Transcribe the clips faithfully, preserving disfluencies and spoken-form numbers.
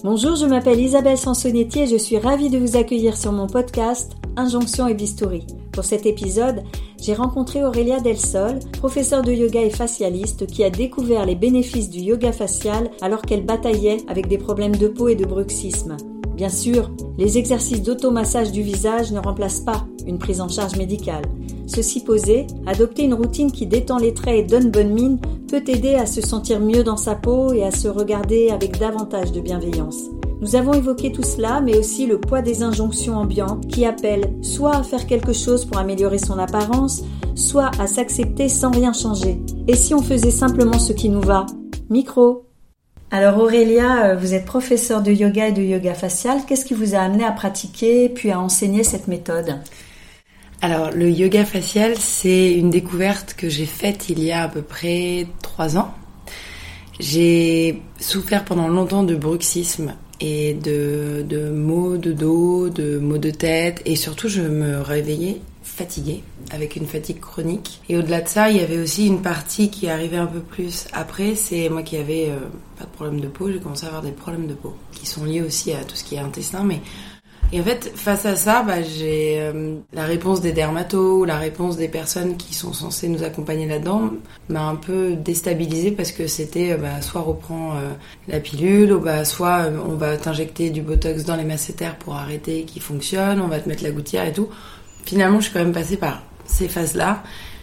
Bonjour, je m'appelle Isabelle Sansonetti et je suis ravie de vous accueillir sur mon podcast Injonction et Bistouri. Pour cet épisode, j'ai rencontré Aurélia Del Sol, professeure de yoga et facialiste qui a découvert les bénéfices du yoga facial alors qu'elle bataillait avec des problèmes de peau et de bruxisme. Bien sûr, les exercices d'automassage du visage ne remplacent pas une prise en charge médicale. Ceci posé, adopter une routine qui détend les traits et donne bonne mine peut aider à se sentir mieux dans sa peau et à se regarder avec davantage de bienveillance. Nous avons évoqué tout cela, mais aussi le poids des injonctions ambiantes qui appellent soit à faire quelque chose pour améliorer son apparence, soit à s'accepter sans rien changer. Et si on faisait simplement ce qui nous va ? Micro. Alors Aurélia, vous êtes professeure de yoga et de yoga facial. Qu'est-ce qui vous a amené à pratiquer puis à enseigner cette méthode ? Alors, le yoga facial, c'est une découverte que j'ai faite il y a à peu près trois ans. J'ai souffert pendant longtemps de bruxisme et de, de maux de dos, de maux de tête, et surtout je me réveillais fatiguée, avec une fatigue chronique. Et au-delà de ça, il y avait aussi une partie qui arrivait un peu plus après, c'est moi qui avais euh, pas de problème de peau, j'ai commencé à avoir des problèmes de peau, qui sont liés aussi à tout ce qui est intestin, mais... Et en fait, face à ça, bah, j'ai euh, la réponse des dermatos, la réponse des personnes qui sont censées nous accompagner là-dedans m'a un peu déstabilisée parce que c'était euh, bah, soit reprends euh, la pilule, ou bah, soit euh, on va t'injecter du botox dans les masséters pour arrêter qui fonctionne, on va te mettre la gouttière et tout. Finalement, je suis quand même passée par ces phases-là.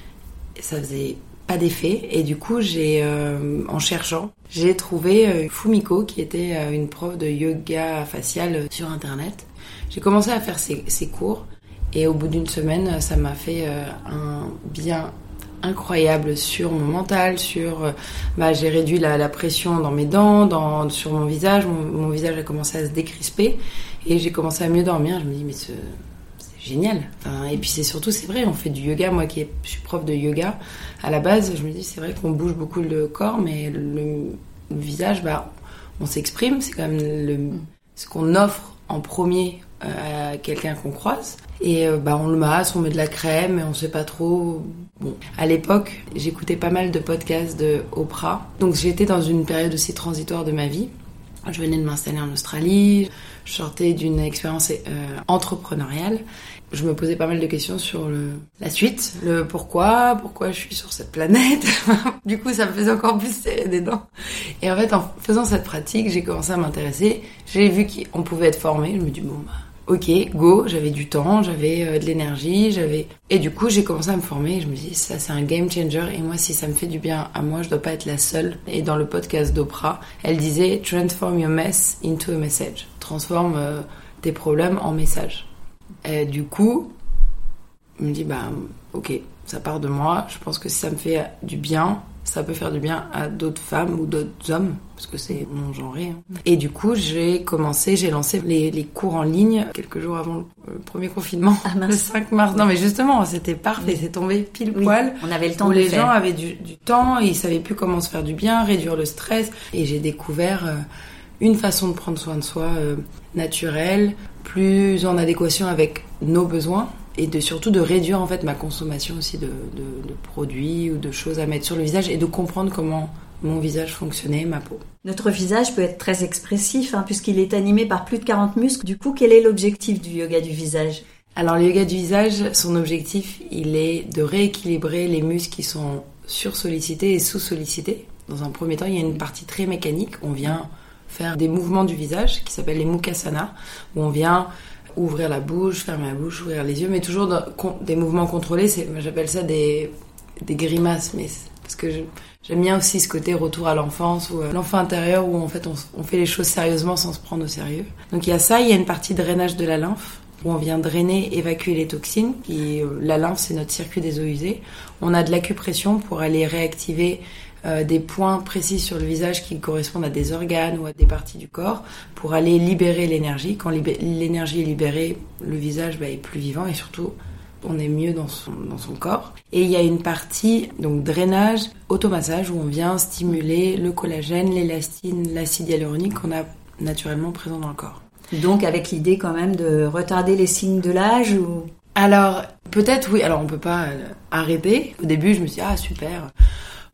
Et ça faisait pas d'effet. Et du coup, j'ai, euh, en cherchant, j'ai trouvé euh, Fumiko qui était euh, une prof de yoga facial euh, sur Internet. J'ai commencé à faire ces, ces cours et au bout d'une semaine, ça m'a fait euh, un bien incroyable sur mon mental, sur... Euh, bah, j'ai réduit la, la pression dans mes dents, dans, sur mon visage. Mon, mon visage a commencé à se décrisper et j'ai commencé à mieux dormir. Je me dis, mais ce, c'est génial. Enfin, et puis c'est surtout, c'est vrai, on fait du yoga. Moi qui est, je suis prof de yoga, à la base, je me dis, c'est vrai qu'on bouge beaucoup le corps, mais le, le visage, bah, on s'exprime. C'est quand même le, ce qu'on offre en premier à quelqu'un qu'on croise et euh, bah on le masse, on met de la crème et on sait pas trop. Bon, à l'époque, j'écoutais pas mal de podcasts de Oprah, donc j'étais dans une période aussi transitoire de ma vie. Je venais de m'installer en Australie, je sortais d'une expérience euh, entrepreneuriale. Je me posais pas mal de questions sur le, la suite, le pourquoi, pourquoi je suis sur cette planète. Du coup, ça me faisait encore plus serrer des dents. Et en fait, en faisant cette pratique, j'ai commencé à m'intéresser. J'ai vu qu'on pouvait être formé. Je me dis, bon, bah, ok, go. J'avais du temps, j'avais euh, de l'énergie, j'avais... Et du coup, j'ai commencé à me former. Et je me dis, ça, c'est un game changer. Et moi, si ça me fait du bien à moi, je dois pas être la seule. Et dans le podcast d'Oprah, elle disait, transform your mess into a message. Transforme euh, tes problèmes en message. Et du coup, je me dis, bah, ok, ça part de moi. Je pense que si ça me fait du bien, ça peut faire du bien à d'autres femmes ou d'autres hommes, parce que c'est mon genre. Hein. Et du coup, j'ai commencé, j'ai lancé les, les cours en ligne quelques jours avant le premier confinement, ah, le cinq mars. Non, mais justement, c'était parfait, oui. C'est tombé pile poil. Oui, on avait le temps où de les faire. gens avaient du, du temps, et ils savaient plus comment se faire du bien, réduire le stress. Et j'ai découvert euh, une façon de prendre soin de soi euh, naturelle, plus en adéquation avec nos besoins et de surtout de réduire en fait ma consommation aussi de, de, de produits ou de choses à mettre sur le visage et de comprendre comment mon visage fonctionnait, ma peau. Notre visage peut être très expressif hein, puisqu'il est animé par plus de quarante muscles. Du coup, quel est l'objectif du yoga du visage ? Alors le yoga du visage, son objectif, il est de rééquilibrer les muscles qui sont sursollicités et sous-sollicités. Dans un premier temps, il y a une partie très mécanique. On vient faire des mouvements du visage qui s'appellent les Mukasana, où on vient ouvrir la bouche, fermer la bouche, ouvrir les yeux, mais toujours dans, con, des mouvements contrôlés. C'est, moi, j'appelle ça des, des grimaces, mais parce que je, j'aime bien aussi ce côté retour à l'enfance ou à l'enfant intérieur où en fait on, on fait les choses sérieusement sans se prendre au sérieux. Donc il y a ça, il y a une partie drainage de la lymphe où on vient drainer, évacuer les toxines. Et, euh, la lymphe, c'est notre circuit des eaux usées. On a de l'acupression pour aller réactiver Euh, des points précis sur le visage qui correspondent à des organes ou à des parties du corps pour aller libérer l'énergie. Quand libé- l'énergie est libérée, le visage bah, est plus vivant et surtout on est mieux dans son, dans son corps. Et il y a une partie donc drainage, automassage où on vient stimuler le collagène, l'élastine, l'acide hyaluronique qu'on a naturellement présent dans le corps. Donc avec l'idée quand même de retarder les signes de l'âge ou... Alors peut-être oui, alors on peut pas euh, arrêter. Au début je me suis dit ah super...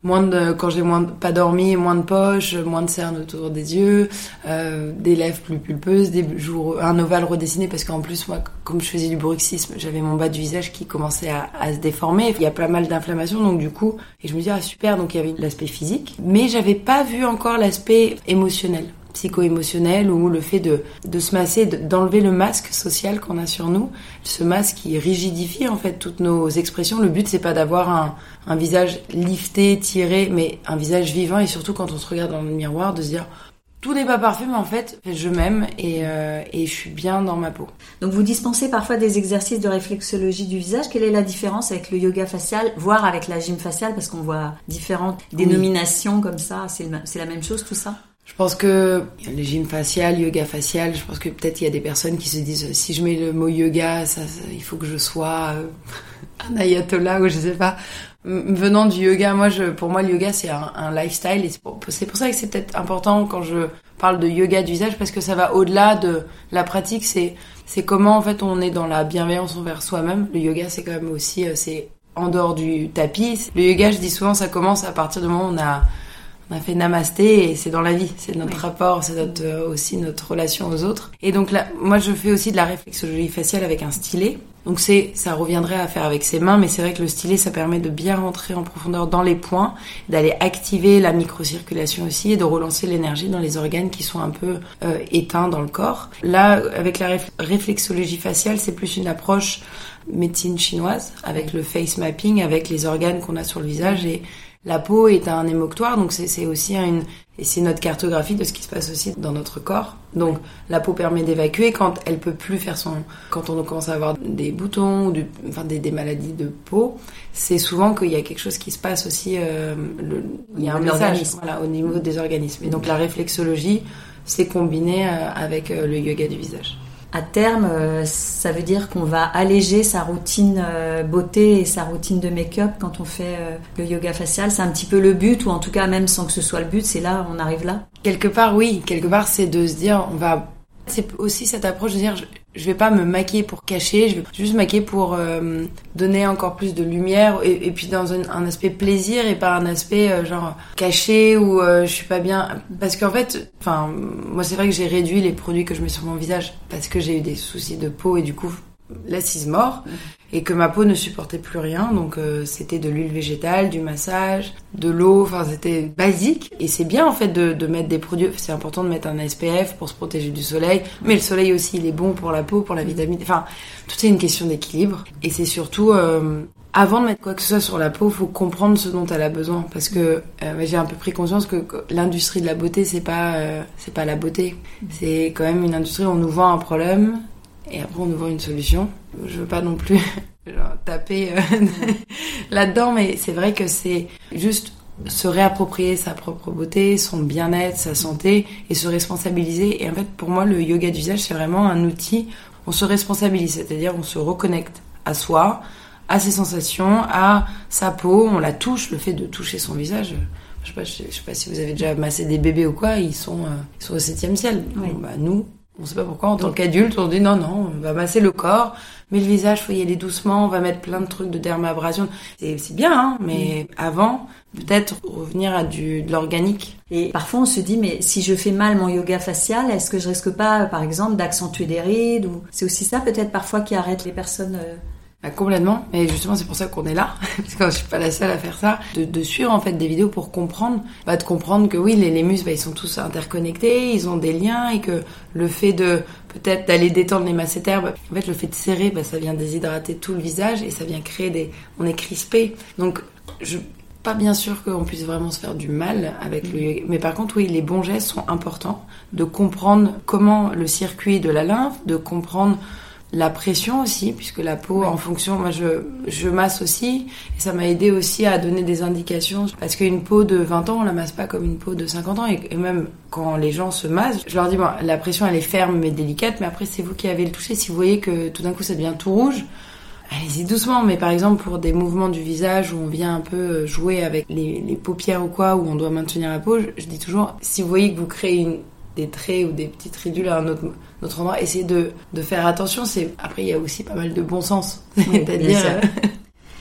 moins de, quand j'ai moins de, pas dormi, moins de poches, moins de cernes autour des yeux, euh, des lèvres plus pulpeuses, des joues, un ovale redessiné parce qu'en plus moi, comme je faisais du bruxisme, j'avais mon bas du visage qui commençait à, à se déformer. Il y a pas mal d'inflammation, donc du coup, et je me dis ah super, donc il y avait l'aspect physique, mais j'avais pas vu encore l'aspect émotionnel, psycho-émotionnel, ou le fait de, de se masser, de, d'enlever le masque social qu'on a sur nous, ce masque qui rigidifie en fait toutes nos expressions. Le but c'est pas d'avoir un, un visage lifté, tiré, mais un visage vivant, et surtout quand on se regarde dans le miroir, de se dire tout n'est pas parfait, mais en fait je m'aime et, euh, et je suis bien dans ma peau. Donc vous dispensez parfois des exercices de réflexologie du visage. Quelle est la différence avec le yoga facial, voire avec la gym faciale, parce qu'on voit différentes dénominations oui. comme ça, c'est, le, c'est la même chose tout ça? Je pense que le gym facial, yoga facial, je pense que peut-être il y a des personnes qui se disent si je mets le mot yoga, ça, ça il faut que je sois euh, un ayatollah ou je sais pas. Venant du yoga, moi, je, pour moi, le yoga c'est un, un lifestyle, et c'est pour, c'est pour ça que c'est peut-être important quand je parle de yoga du visage, parce que ça va au-delà de la pratique. C'est c'est comment en fait on est dans la bienveillance envers soi-même. Le yoga c'est quand même aussi c'est en dehors du tapis. Le yoga, je dis souvent, ça commence à partir du moment où on a On a fait namasté, et c'est dans la vie, c'est notre oui. rapport, c'est notre, euh, aussi notre relation aux autres. Et donc là, moi je fais aussi de la réflexologie faciale avec un stylet. Donc c'est, ça reviendrait à faire avec ses mains, mais c'est vrai que le stylet, ça permet de bien rentrer en profondeur dans les points, d'aller activer la microcirculation aussi, et de relancer l'énergie dans les organes qui sont un peu euh, éteints dans le corps. Là, avec la réf- réflexologie faciale, c'est plus une approche médecine chinoise, avec le face mapping, avec les organes qu'on a sur le visage, et la peau est un émoctoire, donc c'est, c'est aussi une, et c'est notre cartographie de ce qui se passe aussi dans notre corps. Donc la peau permet d'évacuer quand elle peut plus faire son, quand on commence à avoir des boutons ou du, enfin des, des maladies de peau, c'est souvent qu'il y a quelque chose qui se passe aussi. Euh, le, il y a un message, voilà, au niveau des organismes. Et donc la réflexologie, c'est combiné euh, avec euh, le yoga du visage. À terme, ça veut dire qu'on va alléger sa routine beauté et sa routine de make-up quand on fait le yoga facial. C'est un petit peu le but, ou en tout cas même sans que ce soit le but, c'est là, on arrive là. Quelque part, oui. Quelque part, c'est de se dire, on va... C'est aussi cette approche de dire, je, je vais pas me maquiller pour cacher, je vais juste me maquiller pour euh, donner encore plus de lumière, et, et puis dans un, un aspect plaisir, et pas un aspect euh, genre caché ou euh, je suis pas bien. Parce qu'en fait, enfin, moi c'est vrai que j'ai réduit les produits que je mets sur mon visage parce que j'ai eu des soucis de peau, et du coup l'assise mort, et que ma peau ne supportait plus rien, donc euh, c'était de l'huile végétale, du massage, de l'eau, enfin c'était basique. Et c'est bien en fait de, de mettre des produits, c'est important de mettre un S P F pour se protéger du soleil, mais le soleil aussi il est bon pour la peau, pour la vitamine, enfin tout est une question d'équilibre. Et c'est surtout euh, avant de mettre quoi que ce soit sur la peau, faut comprendre ce dont elle a besoin, parce que euh, j'ai un peu pris conscience que, que l'industrie de la beauté c'est pas euh, c'est pas la beauté, c'est quand même une industrie où on nous vend un problème et après on nous vend une solution. Je veux pas non plus genre, taper euh, là-dedans, mais c'est vrai que c'est juste se réapproprier sa propre beauté, son bien-être, sa santé, et se responsabiliser. Et en fait, pour moi, le yoga du visage, c'est vraiment un outil. On se responsabilise, c'est-à-dire on se reconnecte à soi, à ses sensations, à sa peau, on la touche. Le fait de toucher son visage, je sais pas, je sais, je sais pas si vous avez déjà massé des bébés ou quoi, ils sont, euh, ils sont au septième ciel. Oui. Bon, bah, nous, on sait pas pourquoi, en tant qu'adulte, on dit non, non, on va masser le corps, mais le visage, faut y aller doucement, on va mettre plein de trucs de dermabrasion. C'est, c'est bien, hein, mais mmh. avant, peut-être revenir à du, de l'organique. Et parfois, on se dit, mais si je fais mal mon yoga facial, est-ce que je risque pas, par exemple, d'accentuer des rides, ou c'est aussi ça, peut-être, parfois, qui arrête les personnes euh... Bah, complètement, mais justement c'est pour ça qu'on est là, parce que je suis pas la seule à faire ça, de, de suivre en fait des vidéos pour comprendre, bah, de comprendre que oui les, les muscles bah, ils sont tous interconnectés, ils ont des liens, et que le fait de peut-être d'aller détendre les masséter, bah, en fait le fait de serrer, bah, ça vient déshydrater tout le visage et ça vient créer des, on est crispé, donc je pas bien sûr qu'on puisse vraiment se faire du mal avec le yoga, mais par contre oui les bons gestes sont importants, de comprendre comment le circuit de la lymphe, de comprendre la pression aussi, puisque la peau, en fonction, moi je, je masse aussi, et ça m'a aidé aussi à donner des indications, parce qu'une peau de vingt ans, on la masse pas comme une peau de cinquante ans, et, et même quand les gens se massent, je leur dis, bon, la pression elle est ferme mais délicate, mais après c'est vous qui avez le touché, si vous voyez que tout d'un coup ça devient tout rouge, allez-y doucement, mais par exemple pour des mouvements du visage où on vient un peu jouer avec les, les paupières ou quoi, où on doit maintenir la peau, je, je dis toujours, si vous voyez que vous créez une des traits ou des petites ridules à un autre, autre endroit, essayez de, de faire attention. C'est... Après, il y a aussi pas mal de bon sens. Oui, c'est-à-dire...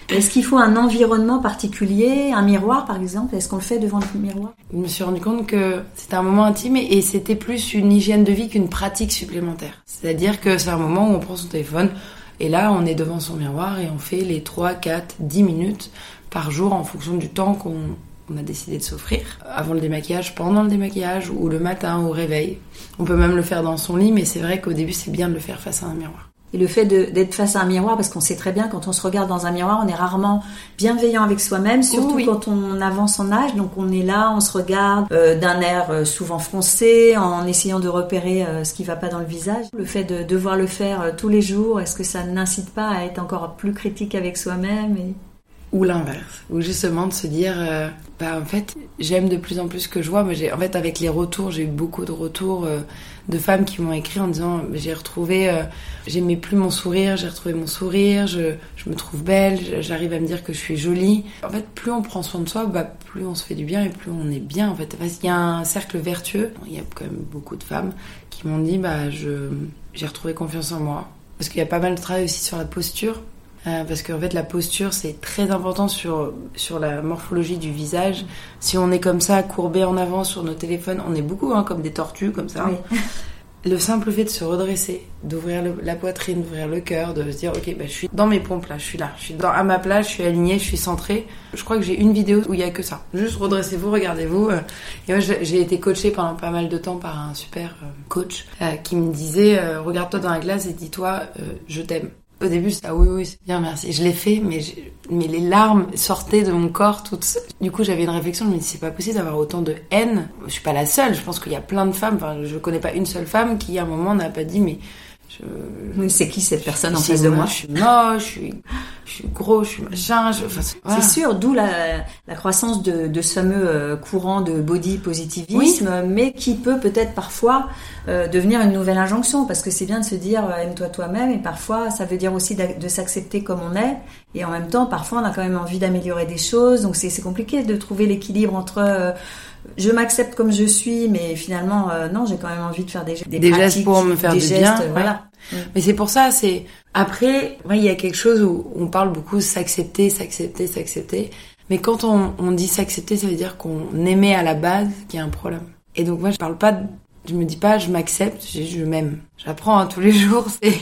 Est-ce qu'il faut un environnement particulier, un miroir par exemple? Est-ce qu'on le fait devant le miroir? Je me suis rendu compte que c'était un moment intime et, et c'était plus une hygiène de vie qu'une pratique supplémentaire. C'est-à-dire que c'est un moment où on prend son téléphone et là on est devant son miroir et on fait les trois, quatre, dix minutes par jour en fonction du temps qu'on on a décidé de s'offrir. Avant le démaquillage, pendant le démaquillage ou le matin au réveil. On peut même le faire dans son lit, mais c'est vrai qu'au début c'est bien de le faire face à un miroir. Et le fait de, d'être face à un miroir, parce qu'on sait très bien, quand on se regarde dans un miroir, on est rarement bienveillant avec soi-même, surtout oui. quand on avance en âge. Donc on est là, on se regarde euh, d'un air euh, souvent froncé, en essayant de repérer euh, ce qui va pas dans le visage. Le fait de devoir le faire euh, tous les jours, est-ce que ça n'incite pas à être encore plus critique avec soi-même et... Ou l'inverse, ou justement de se dire, euh, bah en fait, j'aime de plus en plus ce que je vois. Mais j'ai, en fait, avec les retours, j'ai eu beaucoup de retours euh, de femmes qui m'ont écrit en disant, j'ai retrouvé, euh, j'aimais plus mon sourire, j'ai retrouvé mon sourire, je, je me trouve belle, j'arrive à me dire que je suis jolie. En fait, plus on prend soin de soi, bah plus on se fait du bien et plus on est bien. En fait, parce qu'il y a un cercle vertueux. Il y a quand même beaucoup de femmes qui m'ont dit, bah je, j'ai retrouvé confiance en moi, parce qu'il y a pas mal de travail aussi sur la posture. Euh, parce qu'en fait la posture c'est très important sur, sur la morphologie du visage. Si on est comme ça courbé en avant sur nos téléphones, on est beaucoup hein, comme des tortues comme ça. Oui. Le simple fait de se redresser, d'ouvrir le, la poitrine, d'ouvrir le cœur, de se dire ok bah, je suis dans mes pompes là, je suis là, je suis dans, à ma place, je suis alignée, je suis centrée. Je crois que j'ai une vidéo où il y a que ça. Juste redressez-vous, regardez-vous. Et moi j'ai été coachée pendant pas mal de temps par un super coach euh, qui me disait euh, regarde-toi dans la glace et dis-toi euh, je t'aime. Au début, c'était ah oui, oui, c'est bien, merci. Je l'ai fait, mais, mais les larmes sortaient de mon corps toutes seules. Du coup, j'avais une réflexion, je me dis, c'est pas possible d'avoir autant de haine. Je suis pas la seule, je pense qu'il y a plein de femmes, enfin, je connais pas une seule femme qui, à un moment, n'a pas dit, mais... Je... Oui, c'est qui cette personne en face de moi? Je suis moche, je suis, je suis gros, je suis machin. Je... Enfin, c'est, voilà. C'est sûr, d'où la, la croissance de, de ce fameux euh, courant de body positivisme, oui. mais qui peut peut-être parfois euh, devenir une nouvelle injonction, parce que c'est bien de se dire euh, aime-toi toi-même, et parfois ça veut dire aussi de, de s'accepter comme on est, et en même temps, parfois on a quand même envie d'améliorer des choses, donc c'est, c'est compliqué de trouver l'équilibre entre... Euh, je m'accepte comme je suis, mais finalement, euh, non, j'ai quand même envie de faire des, des, des pratiques, gestes pour me faire des du gestes, bien. Voilà. Ouais. Mais c'est pour ça, c'est après, ouais, il y a quelque chose où on parle beaucoup s'accepter, s'accepter, s'accepter. Mais quand on, on dit s'accepter, ça veut dire qu'on aimait à la base qu'il y a un problème. Et donc moi, je parle pas, de, je me dis pas, je m'accepte, je, je m'aime. J'apprends hein, tous les jours, c'est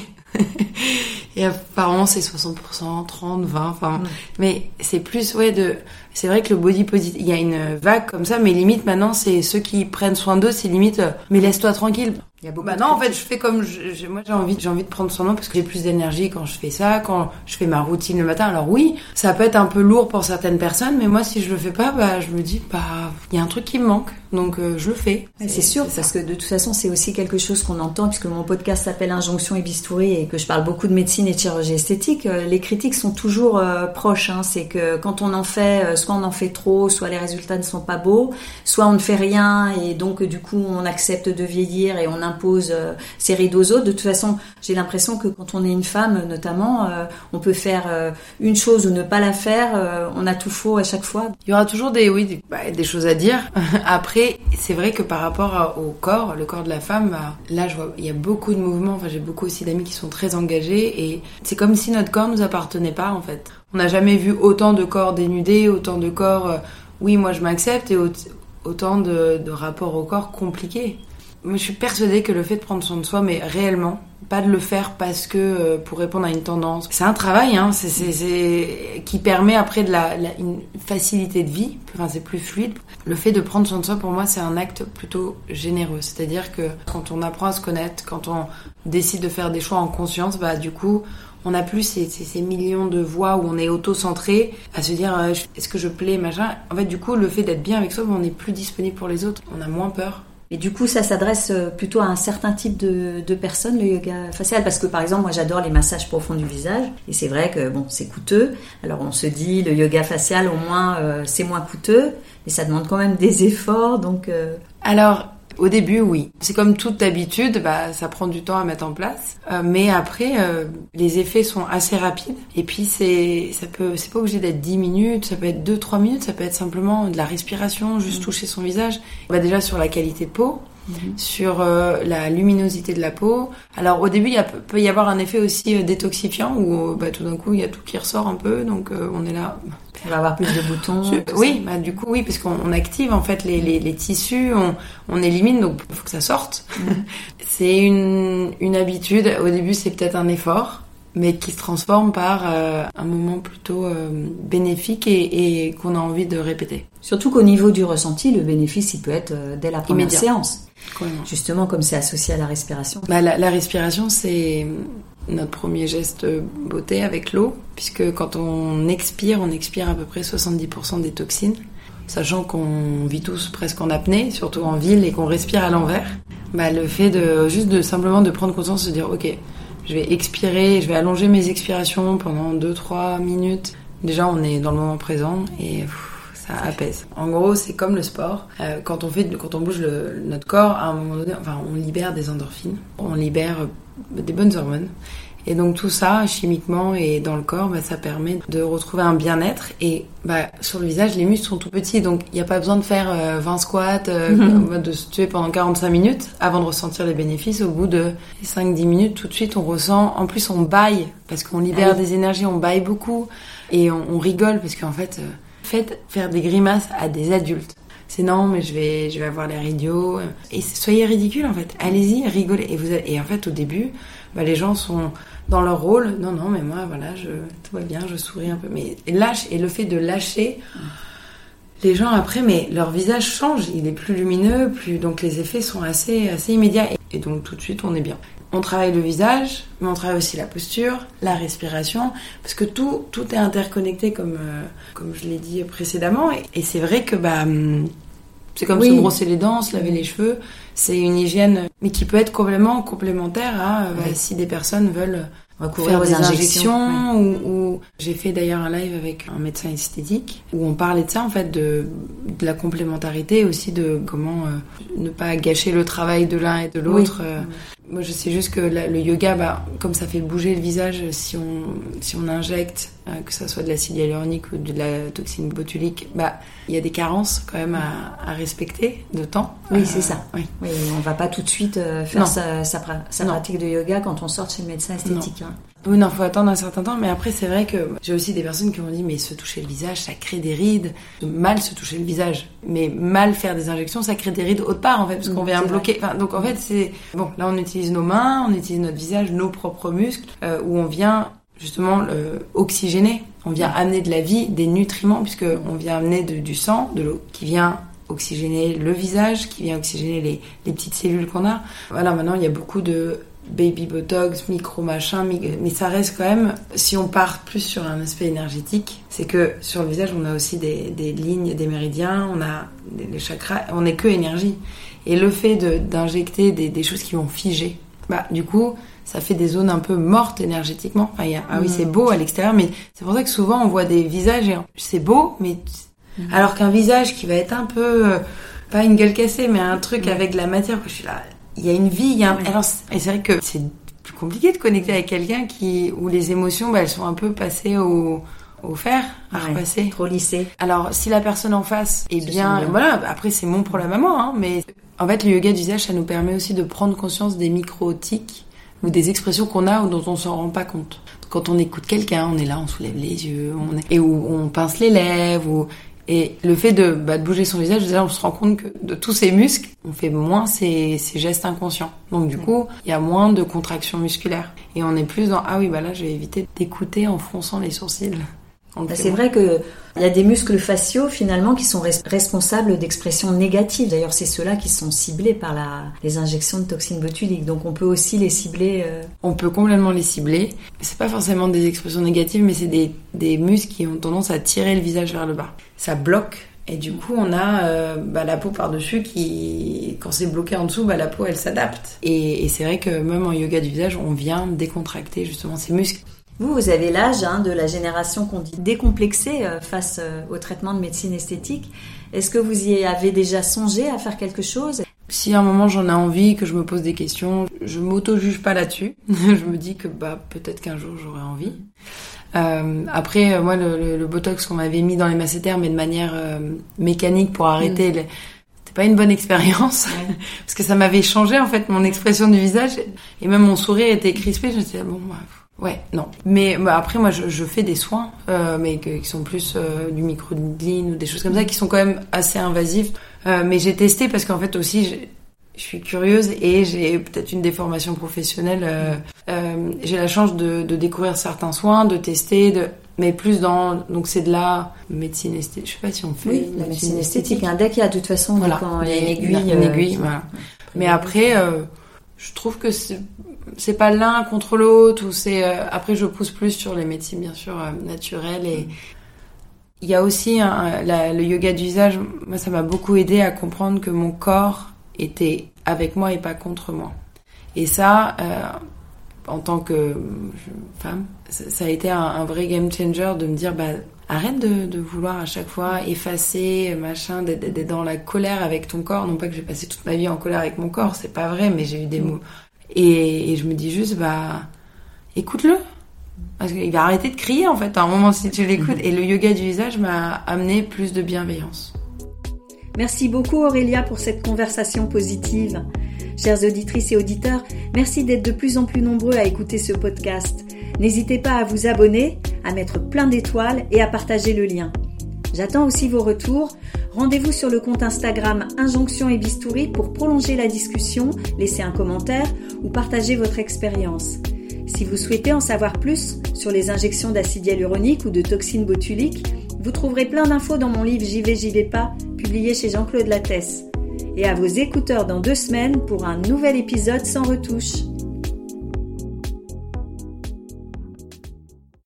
et apparemment c'est soixante pour cent, trente, vingt, enfin, mmh. mais c'est plus ouais de. C'est vrai que le body positive, il y a une vague comme ça, mais limite maintenant, c'est ceux qui prennent soin d'eux, c'est limite, euh, mais laisse-toi tranquille. Il y a beaucoup bah non, en fait, je fais comme je, je, moi j'ai envie, j'ai envie de prendre soin de moi parce que j'ai plus d'énergie quand je fais ça, quand je fais ma routine le matin. Alors oui, ça peut être un peu lourd pour certaines personnes, mais moi si je le fais pas, bah je me dis bah il y a un truc qui me manque, donc euh, je le fais. C'est, c'est sûr, c'est parce que de toute façon c'est aussi quelque chose qu'on entend puisque mon podcast s'appelle Injonction et Bistouri et que je parle beaucoup de médecine et de chirurgie esthétique. Les critiques sont toujours euh, proches. Hein, c'est que quand on en fait, soit on en fait trop, soit les résultats ne sont pas beaux, soit on ne fait rien et donc du coup on accepte de vieillir et on impose euh, ses rides aux autres. De toute façon, j'ai l'impression que quand on est une femme, notamment, euh, on peut faire euh, une chose ou ne pas la faire. Euh, on a tout faux à chaque fois. Il y aura toujours des, oui, des, bah, des choses à dire. Après, c'est vrai que par rapport à, au corps, le corps de la femme, bah, là, je vois, il y a beaucoup de mouvements. Enfin, j'ai beaucoup aussi d'amis qui sont très engagés et c'est comme si notre corps nous appartenait pas, en fait. On n'a jamais vu autant de corps dénudés, autant de corps. Euh, oui, moi, je m'accepte et autant de, de rapports au corps compliqués. Moi, je suis persuadée que le fait de prendre soin de soi, mais réellement, pas de le faire parce que euh, pour répondre à une tendance. C'est un travail, hein, c'est, c'est, c'est qui permet après de la, la une facilité de vie. Enfin, c'est plus fluide. Le fait de prendre soin de soi, pour moi, c'est un acte plutôt généreux. C'est-à-dire que quand on apprend à se connaître, quand on décide de faire des choix en conscience, bah du coup, on n'a plus ces, ces, ces millions de voix où on est auto-centré à se dire euh, est-ce que je plais, machin. En fait, du coup, le fait d'être bien avec soi, on n'est plus disponible pour les autres. On a moins peur. Et du coup, ça s'adresse plutôt à un certain type de, de personnes, le yoga facial, parce que par exemple, moi j'adore les massages profonds du visage, et c'est vrai que bon, c'est coûteux. Alors on se dit, le yoga facial, au moins, euh, c'est moins coûteux, mais ça demande quand même des efforts, donc... Euh... Alors... Au début, oui. C'est comme toute habitude, bah, ça prend du temps à mettre en place. Euh, mais après, euh, les effets sont assez rapides. Et puis, c'est, ça peut, c'est pas obligé d'être dix minutes, ça peut être deux trois minutes, ça peut être simplement de la respiration, juste toucher son visage. Bah, déjà, sur la qualité de peau. mmh. sur euh, la luminosité de la peau. Alors au début, il y a, peut y avoir un effet aussi euh, détoxifiant où bah, tout d'un coup, il y a tout qui ressort un peu, donc euh, on est là... On va avoir plus de boutons. Je, oui, bah, du coup, oui, parce qu'on on active en fait les, les, les tissus, on, on élimine, donc il faut que ça sorte. Mmh. C'est une, une habitude. Au début, c'est peut-être un effort, mais qui se transforme par euh, un moment plutôt euh, bénéfique et, et qu'on a envie de répéter. Surtout qu'au niveau du ressenti, le bénéfice, il peut être euh, dès la première immédiat. séance. Complètement. Justement, comme c'est associé à la respiration. Bah, la, la respiration, c'est notre premier geste beauté avec l'eau, puisque quand on expire, on expire à peu près soixante-dix pour cent des toxines, sachant qu'on vit tous presque en apnée, surtout en ville, et qu'on respire à l'envers. Bah, le fait de juste de simplement de prendre conscience, de dire ok, je vais expirer, je vais allonger mes expirations pendant deux trois minutes. Déjà, on est dans le moment présent et pff, ça apaise. En gros, c'est comme le sport. Euh, quand on fait, quand on bouge le, notre corps, à un moment donné, enfin, on libère des endorphines, on libère des bonnes hormones. Et donc tout ça, chimiquement et dans le corps, bah, ça permet de retrouver un bien-être. Et bah, sur le visage, les muscles sont tout petits, donc il n'y a pas besoin de faire euh, vingt squats, euh, mm-hmm. de se tuer pendant quarante-cinq minutes avant de ressentir les bénéfices. Au bout de cinq dix minutes, tout de suite, on ressent... En plus, on baille, parce qu'on libère ah oui. des énergies, on baille beaucoup. Et on, on rigole, parce qu'en fait, euh, faites faire des grimaces à des adultes. C'est non, mais je vais, je vais avoir l'air idiot. Et soyez ridicule, en fait. Allez-y, rigolez. Et, vous, et en fait, au début, bah, les gens sont... dans leur rôle, non, non, mais moi, voilà, je, tout va bien, je souris un peu. Mais lâche, et le fait de lâcher, les gens après, mais leur visage change, il est plus lumineux, plus, donc les effets sont assez, assez immédiats. Et, et donc tout de suite, on est bien. On travaille le visage, mais on travaille aussi la posture, la respiration, parce que tout, tout est interconnecté, comme, euh, comme je l'ai dit précédemment. Et, et c'est vrai que, bah, c'est comme oui. se brosser les dents, se laver les cheveux. C'est une hygiène, mais qui peut être complètement complémentaire à oui. bah, si des personnes veulent recourir aux des injections. injections oui. ou, ou j'ai fait d'ailleurs un live avec un médecin esthétique où on parlait de ça en fait, de, de la complémentarité aussi de comment euh, ne pas gâcher le travail de l'un et de l'autre. Oui. Euh, moi je sais juste que la, le yoga, bah, comme ça fait bouger le visage, si on si on injecte euh, que ça soit de l'acide hyaluronique ou de la toxine botulique, bah il y a des carences quand même à, à respecter de temps. Oui, euh, c'est ça. Oui. Oui, on va pas tout de suite euh, faire non. sa, sa, sa pratique de yoga quand on sort chez le médecin esthétique. Non. Hein. Oui, non, faut attendre un certain temps. Mais après, c'est vrai que j'ai aussi des personnes qui m'ont dit, mais se toucher le visage, ça crée des rides. Mal se toucher le visage, mais mal faire des injections, ça crée des rides autre part en fait, parce qu'on vient bloquer. Enfin, donc en fait, c'est bon. Là, on utilise nos mains, on utilise notre visage, nos propres muscles, euh, où on vient justement euh, oxygéner. On vient amener de la vie, des nutriments, puisque on vient amener de, du sang, de l'eau, qui vient oxygéner le visage, qui vient oxygéner les, les petites cellules qu'on a. Voilà, maintenant il y a beaucoup de baby botox, micro machin, mais ça reste quand même, si on part plus sur un aspect énergétique, c'est que sur le visage on a aussi des, des lignes, des méridiens, on a des, des chakras, on n'est que énergie. Et le fait de, d'injecter des, des choses qui vont figer, bah du coup ça fait des zones un peu mortes énergétiquement. Enfin, il y a, ah oui, c'est beau à l'extérieur, mais c'est pour ça que souvent on voit des visages et c'est beau, mais mmh. alors qu'un visage qui va être un peu, euh, pas une gueule cassée, mais un truc mmh. avec de la matière, que je suis là, il y a une vie, il y a un... Alors, et c'est vrai que c'est plus compliqué de connecter avec quelqu'un qui, où les émotions, bah, elles sont un peu passées au, au fer, à ouais, repasser. Trop lissé. Alors, si la personne en face est bien, bien, voilà, après c'est mon problème à moi, hein, mais en fait, le yoga du visage, ça nous permet aussi de prendre conscience des micro-tics ou des expressions qu'on a ou dont on s'en rend pas compte. Quand on écoute quelqu'un, on est là, on soulève les yeux, on est... et où on pince les lèvres, ou... et le fait de, bah, de bouger son visage, déjà, on se rend compte que de tous ces muscles, on fait moins ces, ces gestes inconscients. Donc du coup, il y a moins de contractions musculaires. Et on est plus dans, ah oui, bah là, je vais éviter d'écouter en fronçant les sourcils. Bah, c'est vrai que il y a des muscles faciaux finalement qui sont res- responsables d'expressions négatives. D'ailleurs, c'est ceux-là qui sont ciblés par la, les injections de toxines botuliques. Donc, on peut aussi les cibler. Euh... On peut complètement les cibler. C'est pas forcément des expressions négatives, mais c'est des, des muscles qui ont tendance à tirer le visage vers le bas. Ça bloque. Et du coup, on a euh, bah, la peau par-dessus qui, quand c'est bloqué en dessous, bah, la peau, elle s'adapte. Et, et c'est vrai que même en yoga du visage, on vient décontracter justement ces muscles. Vous, vous avez l'âge hein, de la génération qu'on dit décomplexée euh, face euh, au traitement de médecine esthétique. Est-ce que vous y avez déjà songé à faire quelque chose ? Si à un moment j'en ai envie, que je me pose des questions, je m'auto-juge pas là-dessus. Je me dis que bah peut-être qu'un jour j'aurai envie. Euh, après, moi, le, le, le botox qu'on m'avait mis dans les masséters, mais de manière euh, mécanique pour arrêter... Mmh. Les... C'était pas une bonne expérience ouais. parce que ça m'avait changé en fait mon expression du visage et même mon sourire était crispé. Je me disais bon bah, ouais non. Mais bah, après moi je, je fais des soins euh, mais que, qui sont plus euh, du microneedling ou des choses comme ça qui sont quand même assez invasives. Euh, mais j'ai testé parce qu'en fait aussi j'ai, je suis curieuse et j'ai peut-être une déformation professionnelle. Euh, euh, j'ai la chance de, de découvrir certains soins, de tester, de mais plus dans donc c'est de la médecine esthétique. Je sais pas si on fait oui, la médecine esthétique. Un deck, il y a de toute façon voilà. quand il y a une aiguille. Une aiguille, euh, voilà. Mais après, euh, je trouve que c'est, c'est pas l'un contre l'autre ou c'est. Euh, après, je pousse plus sur les médecines bien sûr euh, naturelles et il y a aussi un, la, le yoga du visage. Moi, ça m'a beaucoup aidé à comprendre que mon corps était avec moi et pas contre moi. Et ça. Euh, en tant que femme, ça a été un, un vrai game changer de me dire bah arrête de, de vouloir à chaque fois effacer machin, d'être, d'être dans la colère avec ton corps. Non pas que j'ai passé toute ma vie en colère avec mon corps, c'est pas vrai, mais j'ai eu des mots. Et, et je me dis juste bah écoute-le, parce qu'il va arrêter de crier en fait à un moment si tu l'écoutes. Et le yoga du visage m'a amené plus de bienveillance. Merci beaucoup Aurélia pour cette conversation positive. Chères auditrices et auditeurs, merci d'être de plus en plus nombreux à écouter ce podcast. N'hésitez pas à vous abonner, à mettre plein d'étoiles et à partager le lien. J'attends aussi vos retours. Rendez-vous sur le compte Instagram Injonction et Bistouri pour prolonger la discussion, laisser un commentaire ou partager votre expérience. Si vous souhaitez en savoir plus sur les injections d'acide hyaluronique ou de toxines botuliques, vous trouverez plein d'infos dans mon livre J'y vais, j'y vais pas, publié chez Jean-Claude Lattès. Et à vos écouteurs dans deux semaines pour un nouvel épisode sans retouche.